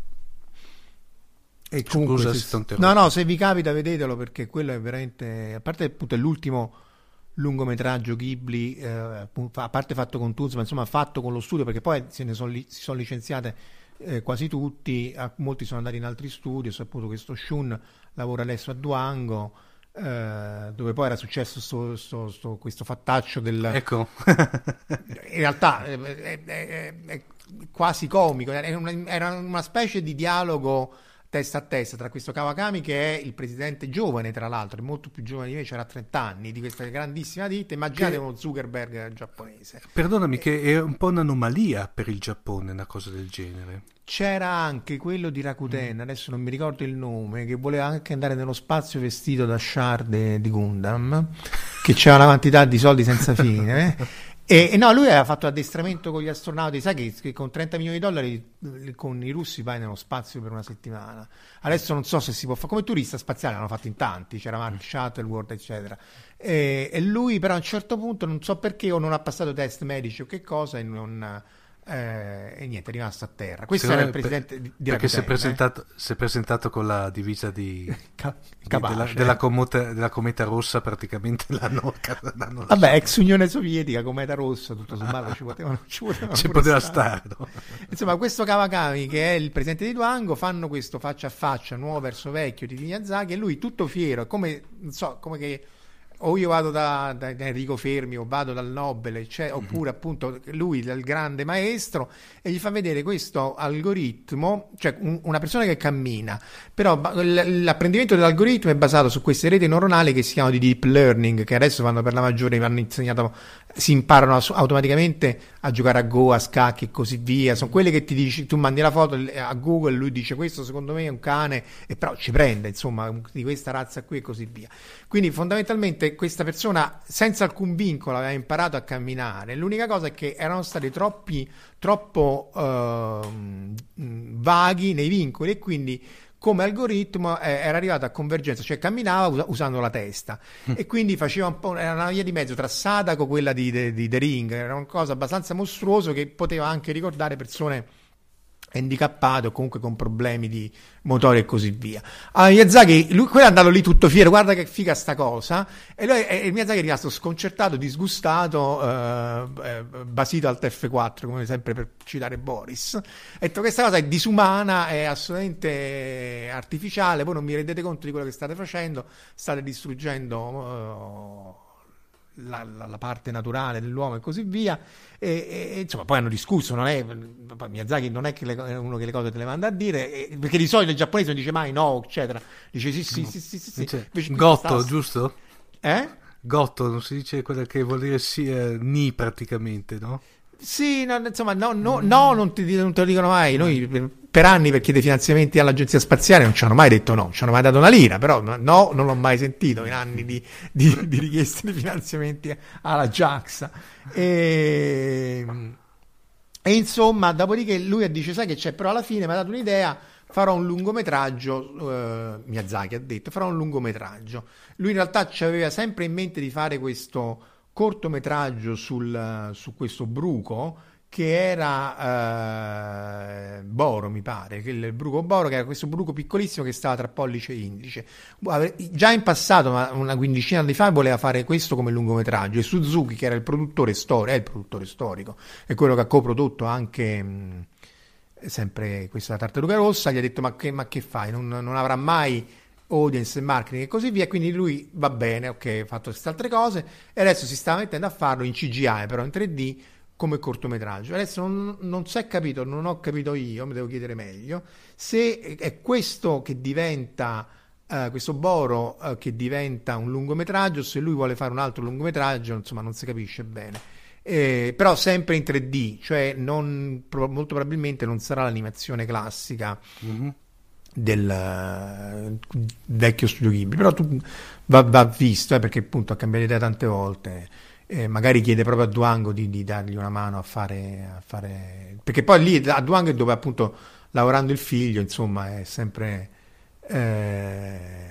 E comunque, scusa se, se no no se vi capita vedetelo, perché quello è veramente, a parte appunto è l'ultimo lungometraggio Ghibli, eh, a parte fatto con Tuzma, insomma fatto con lo studio, perché poi se ne sono, li, si sono licenziate eh, quasi tutti, a, molti sono andati in altri studi, so appunto questo Shun lavora adesso a Duango, eh, dove poi era successo sto, sto, sto, questo fattaccio del... Ecco. In realtà è, è, è, è quasi comico, era una, era una specie di dialogo testa a testa tra questo Kawakami, che è il presidente giovane, tra l'altro, è molto più giovane di me, c'era trenta anni, di questa grandissima ditta. Immaginate che... uno Zuckerberg giapponese. Perdonami, eh, che è un po' un'anomalia per il Giappone una cosa del genere. C'era anche quello di Rakuten, mm. adesso non mi ricordo il nome, che voleva anche andare nello spazio vestito da Char de, di Gundam, che c'era una quantità di soldi senza fine. Eh? E, e no, lui aveva fatto addestramento con gli astronauti, sai che, che con trenta milioni di dollari con i russi vai nello spazio per una settimana. Adesso non so se si può fare, come turista spaziale l'hanno fatto in tanti, c'era Mark Shuttle, World eccetera, e, e lui però a un certo punto non so perché o non ha passato test medici o che cosa e non... Eh, e niente, è rimasto a terra. Questo Secondo era il presidente per, di, di perché Rakuten, si è, presentato, eh? si è presentato con la divisa di, Ca- di capace, della, della, cometa, della cometa rossa, praticamente l'hanno, l'hanno vabbè, ex Unione Sovietica, cometa rossa, tutto sommato ah, ci potevano, ci potevano ci poteva stare, stare no? Insomma, questo Kawakami, che è il presidente di Dwango, fanno questo faccia a faccia nuovo verso vecchio di Miyazaki, e lui tutto fiero, come non so, come che o io vado da, da Enrico Fermi o vado dal Nobel, cioè, mm-hmm. oppure appunto lui dal grande maestro, e gli fa vedere questo algoritmo, cioè un, una persona che cammina, però l'apprendimento dell'algoritmo è basato su queste reti neuronali che si chiamano di deep learning, che adesso vanno per la maggiore, hanno insegnato, si imparano automaticamente a giocare a Go, a scacchi e così via. Sono quelle che ti dici, tu mandi la foto a Google, lui dice questo secondo me è un cane, e però ci prende, insomma, di questa razza qui e così via. Quindi fondamentalmente questa persona senza alcun vincolo aveva imparato a camminare. L'unica cosa è che erano stati troppi troppo uh, vaghi nei vincoli, e quindi come algoritmo eh, era arrivato a convergenza, cioè camminava us- usando la testa mm. e quindi faceva un po', era una via di mezzo tra Sadako, quella di, di, di The Ring, era una cosa abbastanza mostruosa che poteva anche ricordare persone handicappate o comunque con problemi di motori e così via. Allora, Miyazaki, lui, quello è andato lì tutto fiero, guarda che figa sta cosa, e lui, e Miyazaki è rimasto sconcertato, disgustato, eh, eh, basito al F quattro, come sempre per citare Boris. Ha detto questa cosa è disumana, è assolutamente artificiale, voi non vi rendete conto di quello che state facendo, state distruggendo... Uh, La, la, la parte naturale dell'uomo e così via, e, e insomma poi hanno discusso, non è Miyazaki non è che le, è uno che le cose te le manda a dire, e, perché di solito il giapponese non dice mai no eccetera, dice sì sì sì sì, sì, sì. Dice, Invece, Gotto sta... giusto? Eh? Gotto, non si dice quello che vuol dire sì, eh, ni praticamente, no? Sì, no, insomma, no, no, no non, ti, non te lo dicono mai. Noi per, per anni per chiedere finanziamenti all'Agenzia Spaziale non ci hanno mai detto no, non ci hanno mai dato una lira, però no, non l'ho mai sentito in anni di, di, di richieste di finanziamenti alla JAXA. E, e insomma, dopodiché lui dice, sai che c'è, però alla fine mi ha dato un'idea, farò un lungometraggio, eh, Miyazaki ha detto, farò un lungometraggio. Lui in realtà ci aveva sempre in mente di fare questo cortometraggio sul, su questo bruco che era eh, Boro, mi pare, che il bruco Boro, che era questo bruco piccolissimo che stava tra pollice e indice. Già in passato, ma una quindicina di fa, voleva fare questo come lungometraggio, e Suzuki, che era il produttore storico, è il produttore storico, è quello che ha coprodotto anche mh, sempre questa Tartaruga Rossa, gli ha detto ma che, ma che fai, non, non avrà mai audience e marketing e così via, quindi lui va bene, ok, ha fatto queste altre cose, e adesso si sta mettendo a farlo in C G I, però in tre D, come cortometraggio. Adesso non, non si è capito, non ho capito io, mi devo chiedere meglio, se è questo che diventa, uh, questo Boro uh, che diventa un lungometraggio, se lui vuole fare un altro lungometraggio, insomma non si capisce bene. Eh, però sempre in tre D, cioè non, pro, molto probabilmente non sarà l'animazione classica mm-hmm. del uh, vecchio studio Ghibli, però tu, va, va visto, eh, perché appunto ha cambiato idea tante volte, eh, magari chiede proprio a Dwango di, di dargli una mano a fare, a fare perché poi lì a Dwango è dove appunto lavorando il figlio, insomma è sempre eh,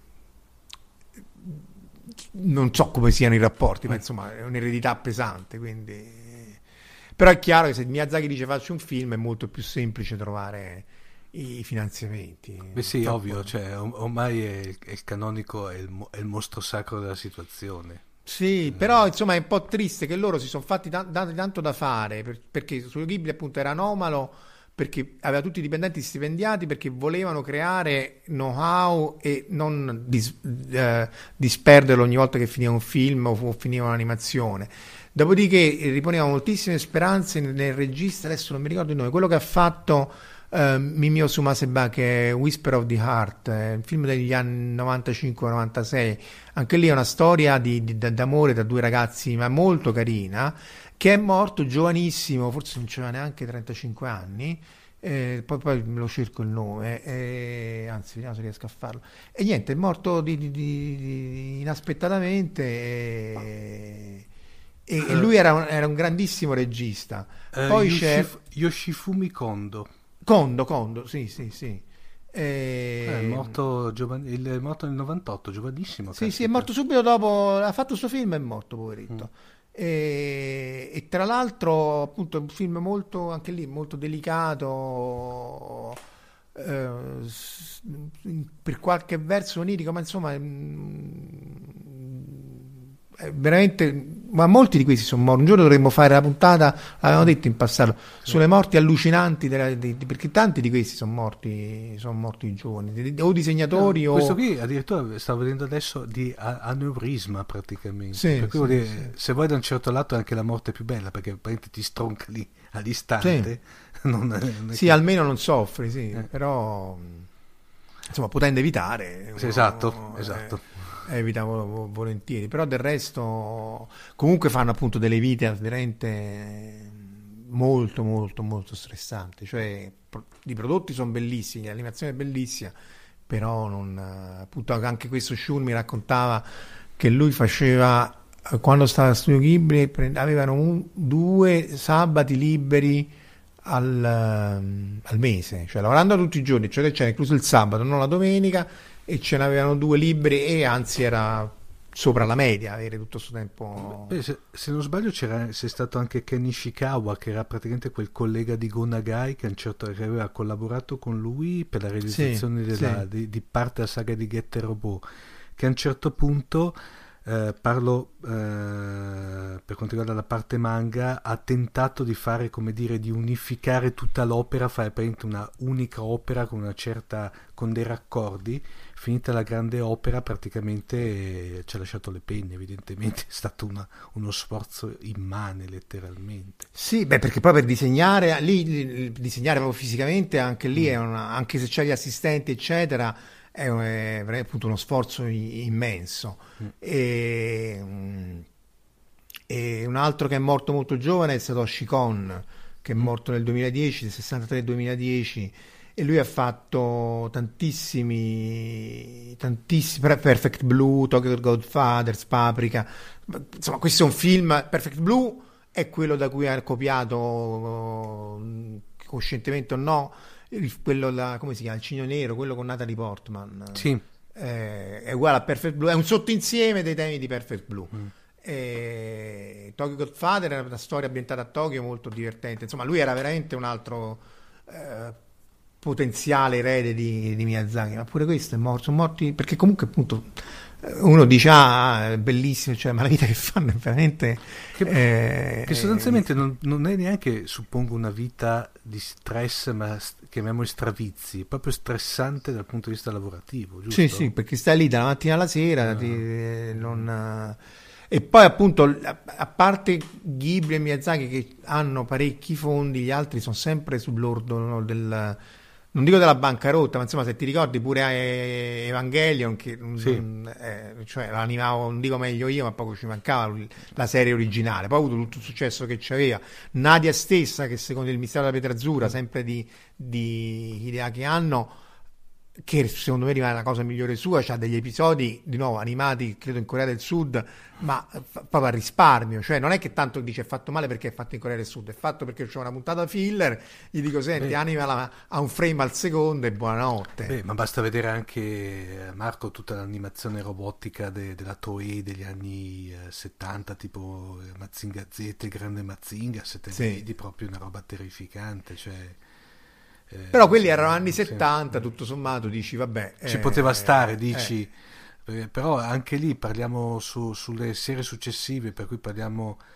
non so come siano i rapporti, ma insomma è un'eredità pesante, quindi però è chiaro che se Miyazaki dice faccio un film è molto più semplice trovare i finanziamenti. Beh sì, Troppo... ovvio, cioè ormai è, è il canonico, è il, è il mostro sacro della situazione. Sì, mm. però insomma è un po' triste che loro si sono fatti t- dati tanto da fare, per, perché Studio Ghibli appunto era anomalo perché aveva tutti i dipendenti stipendiati perché volevano creare know-how e non dis- eh, disperderlo ogni volta che finiva un film o, o finiva un'animazione. Dopodiché riponeva moltissime speranze nel, nel regista, adesso non mi ricordo il nome, quello che ha fatto uh, Mimio Sumaseba, che è Whisper of the Heart, eh, un film degli anni novantacinque novantasei. Anche lì è una storia di, di, d'amore tra due ragazzi, ma molto carina, che è morto giovanissimo, forse non c'aveva neanche trentacinque anni. Eh, poi, poi me lo cerco il nome, eh, anzi vediamo se riesco a farlo. E niente, è morto di, di, di, di inaspettatamente. E, e, uh, e lui era un, era un grandissimo regista. Uh, poi Yoshif- c'è Yoshifumi Kondo. Kondo, Kondo, sì, sì, sì. E... Eh, è morto giovan- il, è morto nel novantotto, giovanissimo. Sì, caspita. sì, è morto subito dopo. Ha fatto questo film, è morto, poveretto. Mm. E, e tra l'altro appunto è un film molto, anche lì molto delicato, eh, per qualche verso onirico, ma insomma è, è veramente, ma molti di questi sono morti. Un giorno dovremmo fare la puntata, l'avevamo detto in passato, sulle morti allucinanti della, di, di, perché tanti di questi sono morti sono morti giovani, o disegnatori no, o questo qui addirittura stavo vedendo adesso di a- aneurisma praticamente, sì, per cui sì, dire, sì. se vuoi da un certo lato è anche la morte più bella, perché praticamente ti stronca lì all'istante. Sì, non è, non è sì che... almeno non soffri, sì, eh. però insomma potendo evitare sì, uno, esatto, eh, esatto. evita vo- volentieri, però del resto comunque fanno appunto delle vite veramente molto molto molto stressanti, cioè pro- i prodotti sono bellissimi, l'animazione è bellissima, però non, appunto anche questo Shun mi raccontava che lui faceva, quando stava a Studio Ghibli, prend- avevano un, due sabati liberi al, al mese, cioè lavorando tutti i giorni, cioè c'era incluso il sabato, non la domenica, e ce n'avevano due libri, e anzi era sopra la media avere tutto questo tempo. Beh, se, se non sbaglio c'era, c'è stato anche Ken Ishikawa, che era praticamente quel collega di Go Nagai che, certo, che aveva collaborato con lui per la realizzazione sì, della, sì. Di, di parte della saga di Getter Robot, che a un certo punto eh, parlo eh, per quanto riguarda la parte manga, ha tentato di fare, come dire, di unificare tutta l'opera, fare praticamente una unica opera con una certa, con dei raccordi. Finita la grande opera praticamente eh, ci ha lasciato le penne, evidentemente è stato una, uno sforzo immane letteralmente. Sì, beh, perché poi per disegnare lì, disegnare proprio fisicamente, anche lì è una, anche se c'è gli assistenti eccetera, è, è, è appunto uno sforzo immenso. Mm. E, e un altro che è morto molto giovane è stato Oshikon, che è morto nel duemiladieci, sessantatré duemiladieci, e lui ha fatto tantissimi tantissimi Perfect Blue, Tokyo Godfathers, Paprika, insomma questo è un film. Perfect Blue è quello da cui ha copiato coscientemente o no il, quello da, come si chiama, il Cigno Nero, quello con Natalie Portman. Sì. Eh, è uguale a Perfect Blue, è un sottoinsieme dei temi di Perfect Blue. Mm. E Tokyo Godfather era una storia ambientata a Tokyo molto divertente, insomma lui era veramente un altro eh, potenziale erede di, di Miyazaki, ma pure questo è morto, sono morti perché comunque appunto uno dice ah è bellissimo, cioè, ma la vita che fanno è veramente che, eh, che sostanzialmente eh, non, non è neanche, suppongo, una vita di stress, ma chiamiamoli stravizi, è proprio stressante dal punto di vista lavorativo, giusto? Sì, sì, perché stai lì dalla mattina alla sera, ah. ti, non, e poi appunto a parte Ghibli e Miyazaki che hanno parecchi fondi, gli altri sono sempre sull'orlo, no, del, non dico della bancarotta, ma insomma se ti ricordi pure Evangelion, che sì. non, eh, cioè l'animavo, non dico meglio io, ma poco ci mancava la serie originale, poi ha avuto tutto il successo che c'aveva. Nadia stessa, che secondo il Mistero della Pietra Azzurra, sempre di, di Hideaki Anno, che secondo me rimane la cosa migliore sua, c'ha degli episodi di nuovo animati credo in Corea del Sud, ma fa, proprio a risparmio, cioè non è che tanto dice è fatto male perché è fatto in Corea del Sud, è fatto perché c'è una puntata filler, gli dico senti beh, animala a un frame al secondo e buonanotte. Beh, ma basta vedere anche, Marco, tutta l'animazione robotica de, della Toei degli anni eh, settanta, tipo Mazinga Z, il grande Mazinga, se te sì. vedi proprio una roba terrificante, cioè Eh, però quelli erano anni settanta, sì. Tutto sommato dici vabbè ci eh, poteva stare, dici eh. eh, però anche lì parliamo su, sulle serie successive, per cui parliamo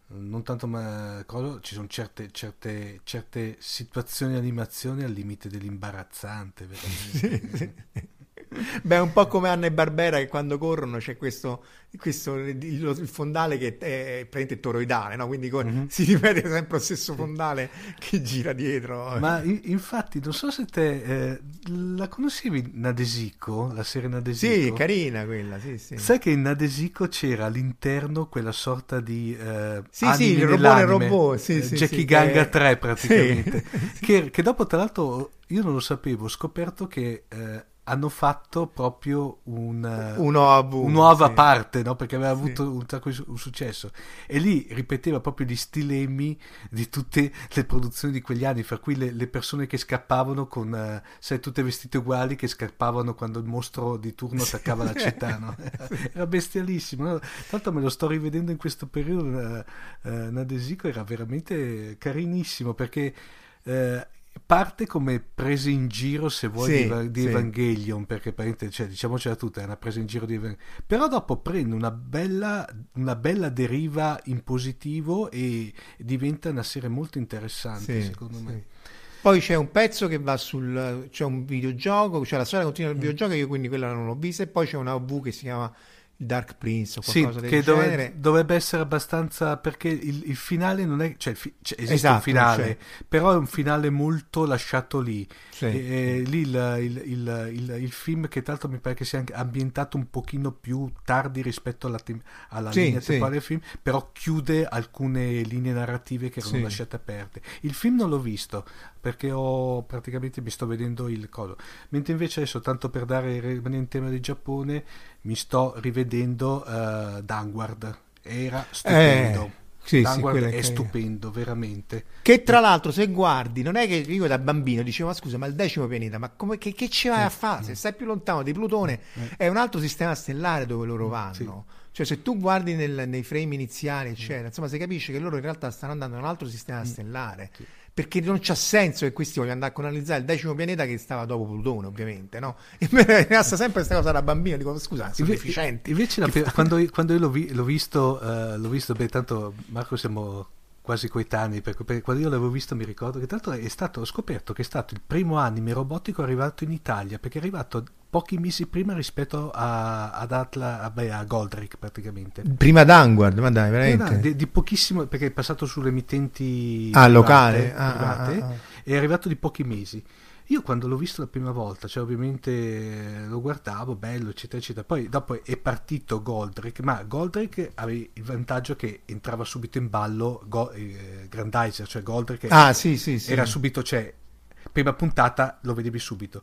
non tanto ma cosa, ci sono certe, certe, certe situazioni di animazione al limite dell'imbarazzante, veramente. Sì, sì. Beh, è un po' come Hanna e Barbera, che quando corrono c'è questo, questo il, il fondale che è praticamente toroidale, no? Quindi cor- mm-hmm. si ripete sempre lo stesso fondale che gira dietro. Ma in, infatti non so se te eh, la conoscevi Nadesico, la serie Nadesico? Sì, carina quella, sì, sì. Sai che in Nadesico c'era all'interno quella sorta di eh, sì, sì, il robot robot, sì, eh, sì, Jackie sì, Ganga che... tre praticamente, sì. che, che dopo tra l'altro io non lo sapevo, ho scoperto che eh, hanno fatto proprio un, un nuova, un nuova sì. parte, no? Perché aveva avuto sì. un sacco di un successo, e lì ripeteva proprio gli stilemi di tutte le produzioni di quegli anni, fra cui le, le persone che scappavano con uh, sai, tutte vestite uguali, che scappavano quando il mostro di turno attaccava la città, no? Era bestialissimo, no? Tanto me lo sto rivedendo in questo periodo. uh, uh, Nadesico era veramente carinissimo, perché uh, parte come prese in giro, se vuoi, sì, di, di sì. Evangelion, perché cioè, diciamocela tutta, è una presa in giro di Evangelion, però dopo prende una bella, una bella deriva in positivo e diventa una serie molto interessante, sì, secondo sì. me. Poi c'è un pezzo che va sul, c'è un videogioco, cioè la storia continua del mm. videogioco, io quindi quella non l'ho vista, e poi c'è una O V che si chiama Dark Prince o qualcosa sì, del che genere. Dove, dovrebbe essere abbastanza, perché il, il finale non è, cioè, fi, cioè esiste esatto, un finale, però è un finale molto lasciato lì. Sì. E, e, lì il, il, il, il, il film, che tra l'altro mi pare che sia anche ambientato un pochino più tardi rispetto alla, alla sì, linea sì. temporale del film, però chiude alcune linee narrative che erano sì. lasciate aperte. Il film non l'ho visto, perché ho praticamente mi sto vedendo il coso, mentre invece adesso, tanto per dare rimanere in tema di Giappone, mi sto rivedendo uh, Downward. Era stupendo. Eh, sì, Downward sì, è, è stupendo, veramente. Che tra l'altro, se guardi, non è che io da bambino dicevo: ma scusa, ma il decimo pianeta, ma come, che, che ci vai a fare? Se stai più lontano di Plutone, eh. è un altro sistema stellare dove loro vanno. Sì. Cioè, se tu guardi nel, nei frame iniziali, eccetera, insomma, si capisce che loro in realtà stanno andando in un altro sistema stellare. Sì. Perché non c'ha senso che questi vogliono andare a colonizzare il decimo pianeta che stava dopo Plutone, ovviamente, no? E mi è rimasta sempre questa cosa da bambino, dico: scusa, sono Inve- deficienti. Invece la, quando, quando io l'ho, vi, l'ho visto, uh, l'ho visto, beh, tanto Marco siamo quasi coetanei, perché, perché quando io l'avevo visto mi ricordo che tanto è stato, ho scoperto che è stato il primo anime robotico arrivato in Italia, perché è arrivato pochi mesi prima rispetto a, ad Atla, a, beh, a Goldrake praticamente. Prima Downward, ma dai, veramente? Eh, di, di pochissimo, perché è passato sulle emittenti ah, private, locale, ah, private, ah, ah. è arrivato di pochi mesi. Io quando l'ho visto la prima volta, cioè ovviamente lo guardavo, bello, eccetera, eccetera. Poi dopo è partito Goldrake, ma Goldrake aveva il vantaggio che entrava subito in ballo Go- eh, Grandizer, cioè Goldrake ah, sì, sì, sì. era subito, cioè, prima puntata lo vedevi subito.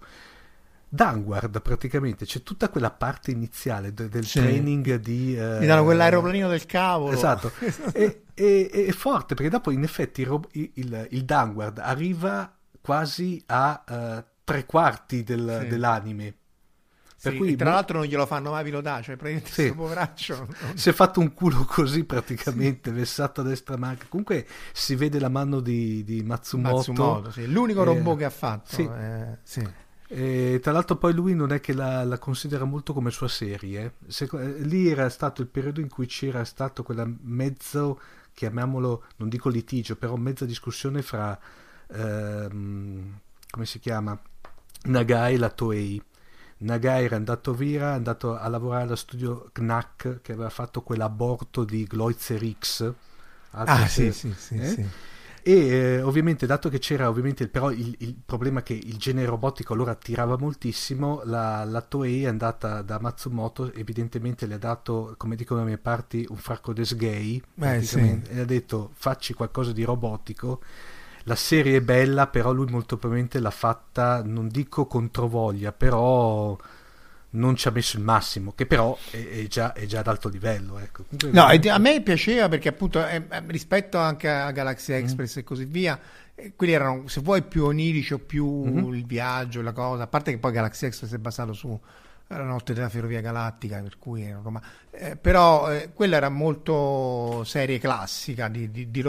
Downward praticamente c'è tutta quella parte iniziale de- del sì. training di... Uh, mi danno quell'aeroplanino del cavolo. Esatto, e, e, e, è forte, perché dopo in effetti il, il, il, il Downward arriva quasi a uh, tre quarti del, sì. dell'anime. Per sì, cui tra mo- l'altro non glielo fanno mai pilotare, cioè praticamente sì. questo poveraccio non... si è fatto un culo così praticamente, sì. vessato a destra manca. Comunque si vede la mano di, di Matsumoto, Matsumoto sì. l'unico eh, robot che ha fatto sì. eh, sì. E tra l'altro poi lui non è che la, la considera molto come sua serie. Se, lì era stato il periodo in cui c'era stato quella mezzo, chiamiamolo, non dico litigio, però mezza discussione fra ehm, come si chiama, Nagai e la Toei. Nagai era andato via, è andato a lavorare allo studio Knack, che aveva fatto quell'aborto di Gloitzer X. Ah sì, sì, sì, eh? sì. E eh, ovviamente, dato che c'era ovviamente però il, il problema che il genere robotico allora attirava moltissimo, la, la Toei è andata da Matsumoto, evidentemente le ha dato, come dicono le mie parti, un fracco des gay, eh, sì. e le ha detto: facci qualcosa di robotico. La serie è bella, però lui molto probabilmente l'ha fatta, non dico controvoglia, però non ci ha messo il massimo, che però è, è, già, è già ad alto livello, ecco. No, a me piaceva perché appunto eh, rispetto anche a Galaxy Express mm. e così via, eh, quelli erano, se vuoi, più onirici o più mm-hmm. il viaggio, la cosa, a parte che poi Galaxy Express è basato su la notte della ferrovia galattica, per cui era Roma. Eh, però eh, quella era molto serie classica di, di, di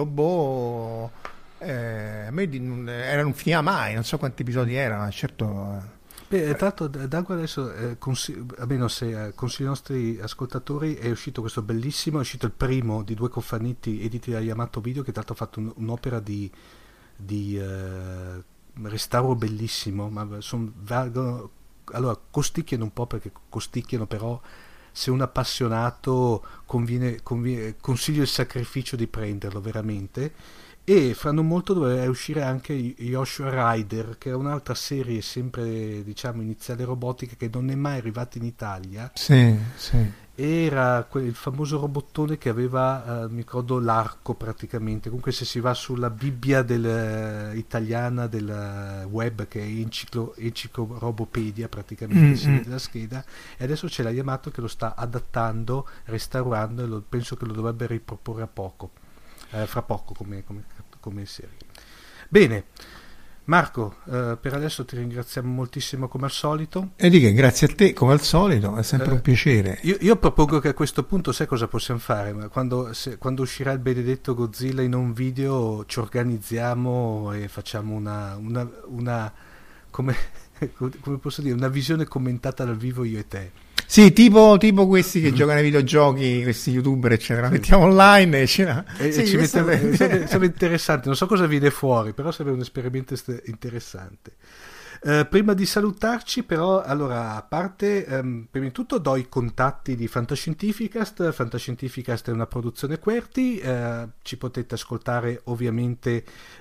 robot. Eh, a me di, era, non finiva mai, non so quanti episodi erano, certo. Beh, tanto Dago adesso, eh, consigli, almeno se eh, consiglio ai nostri ascoltatori, è uscito questo bellissimo, è uscito il primo di due cofanetti editi da Yamato Video, che tanto ha fatto un, un'opera di, di eh, restauro bellissimo, ma son, valgono, allora costicchiano un po' perché costicchiano, però se un appassionato conviene, conviene, consiglio il sacrificio di prenderlo veramente. E fra non molto doveva uscire anche Joshua Rider, che è un'altra serie sempre, diciamo, iniziale robotica, che non è mai arrivata in Italia. Sì, sì. Era quel, il famoso robottone che aveva, eh, mi ricordo, l'arco praticamente. Comunque se si va sulla Bibbia del, uh, italiana del web, che è Enciclo, Enciclorobopedia praticamente, mm-hmm. della scheda, e adesso c'è la Yamato che lo sta adattando, restaurando, e lo, penso che lo dovrebbe riproporre a poco. Eh, fra poco come, come, come serie. Bene, Marco, eh, per adesso ti ringraziamo moltissimo come al solito. E di che, grazie a te come al solito, è sempre eh, un piacere. Io, io propongo che a questo punto, sai cosa possiamo fare? Ma quando, se, quando uscirà il benedetto Godzilla in un video, ci organizziamo e facciamo una, una, una come, come posso dire, una visione commentata dal vivo io e te. Sì, tipo, tipo questi che giocano ai videogiochi, questi youtuber eccetera, mettiamo online e, ce e sì, ci mettiamo, sarebbe, sarebbe interessante, non so cosa viene fuori, però sarebbe un esperimento interessante. Uh, prima di salutarci però, allora, a parte, um, prima di tutto do i contatti di Fantascientificast. Fantascientificast è una produzione QWERTY, uh, ci potete ascoltare ovviamente,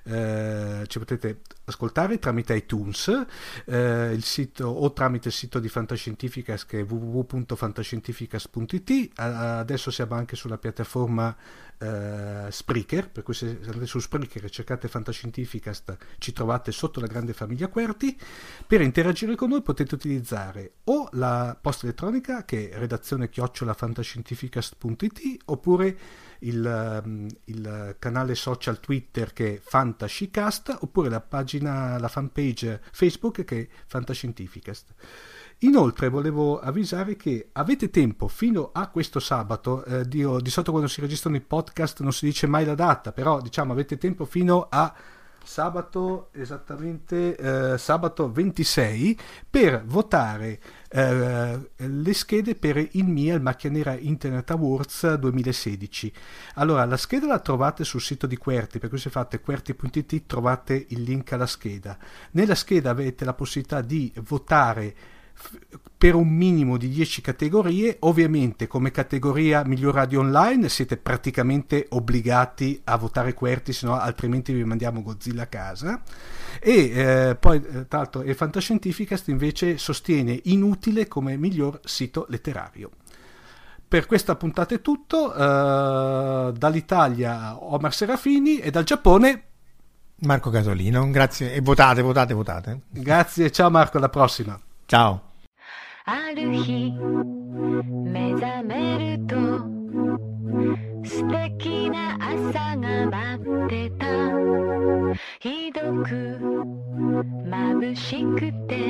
uh, ci potete ascoltare tramite iTunes, uh, il sito, o tramite il sito di Fantascientificast, che è w w w punto fantascientificast punto i t. Uh, adesso siamo anche sulla piattaforma Uh, Spreaker, per cui se andate su Spreaker e cercate Fantascientificast ci trovate sotto la grande famiglia QWERTY. Per interagire con noi potete utilizzare o la posta elettronica, che è redazione chiocciola fantascientificast punto i t, oppure il, um, il canale social Twitter, che è Fantascicast, oppure la pagina, la fanpage Facebook, che è Fantascientificast. Inoltre volevo avvisare che avete tempo fino a questo sabato, eh, di, di solito quando si registrano i podcast non si dice mai la data, però diciamo avete tempo fino a sabato, esattamente eh, sabato ventisei, per votare eh, le schede per il M I A, il Macchia Nera Internet Awards duemilasedici. Allora, la scheda la trovate sul sito di QWERTY, per cui se fate QWERTY punto i t trovate il link alla scheda. Nella scheda avete la possibilità di votare per un minimo di dieci categorie. Ovviamente come categoria miglior radio online siete praticamente obbligati a votare QWERTY, sennò altrimenti vi mandiamo Godzilla a casa. E eh, poi eh, tra l'altro il Fantascientificast invece sostiene Inutile come miglior sito letterario. Per questa puntata è tutto. Uh, dall'Italia Omar Serafini e dal Giappone Marco Casolino. Grazie, e votate, votate, votate. Grazie, ciao Marco, alla prossima. Ciao. ある日目覚めると素敵な朝が待ってたひどく眩しくて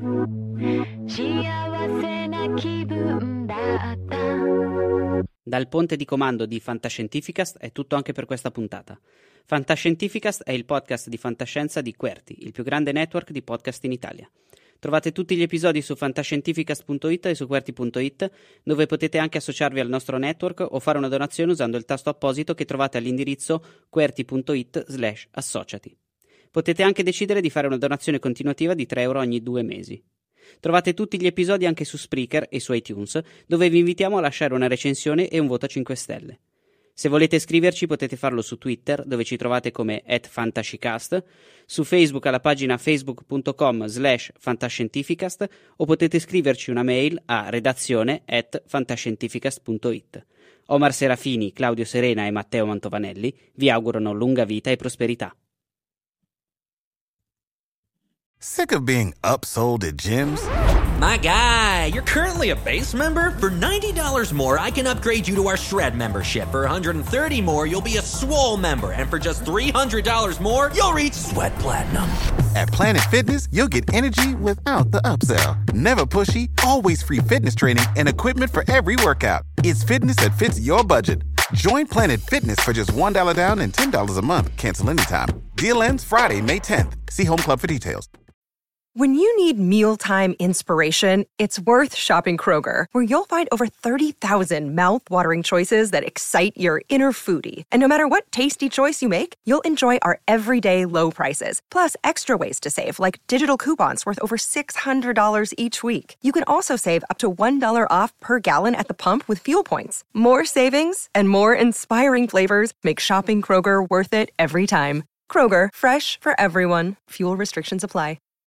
幸せな気分だった Dal ponte di comando di Fantascientificast è tutto anche per questa puntata. Fantascientificast è il podcast di fantascienza di QWERTY, il più grande network di podcast in Italia. Trovate tutti gli episodi su fantascientificast punto it e su QWERTY punto it, dove potete anche associarvi al nostro network o fare una donazione usando il tasto apposito che trovate all'indirizzo QWERTY punto it slash associati. Potete anche decidere di fare una donazione continuativa di tre euro ogni due mesi. Trovate tutti gli episodi anche su Spreaker e su iTunes, dove vi invitiamo a lasciare una recensione e un voto a cinque stelle. Se volete scriverci potete farlo su Twitter, dove ci trovate come at fantascicast, su Facebook alla pagina facebook punto com slash fantascientificast, o potete scriverci una mail a redazione at fantascientificast punto it. Omar Serafini, Claudio Serena e Matteo Mantovanelli vi augurano lunga vita e prosperità. Sick of being upsold at gyms? My guy, you're currently a base member? For ninety dollars more, I can upgrade you to our Shred membership. For one hundred thirty dollars more, you'll be a Swole member. And for just three hundred dollars more, you'll reach Sweat Platinum. At Planet Fitness, you'll get energy without the upsell. Never pushy, always free fitness training and equipment for every workout. It's fitness that fits your budget. Join Planet Fitness for just one dollar down and ten dollars a month. Cancel anytime. Deal ends Friday, May tenth. See Home Club for details. When you need mealtime inspiration, it's worth shopping Kroger, where you'll find over thirty thousand mouth-watering choices that excite your inner foodie. And no matter what tasty choice you make, you'll enjoy our everyday low prices, plus extra ways to save, like digital coupons worth over six hundred dollars each week. You can also save up to one dollar off per gallon at the pump with fuel points. More savings and more inspiring flavors make shopping Kroger worth it every time. Kroger, fresh for everyone. Fuel restrictions apply.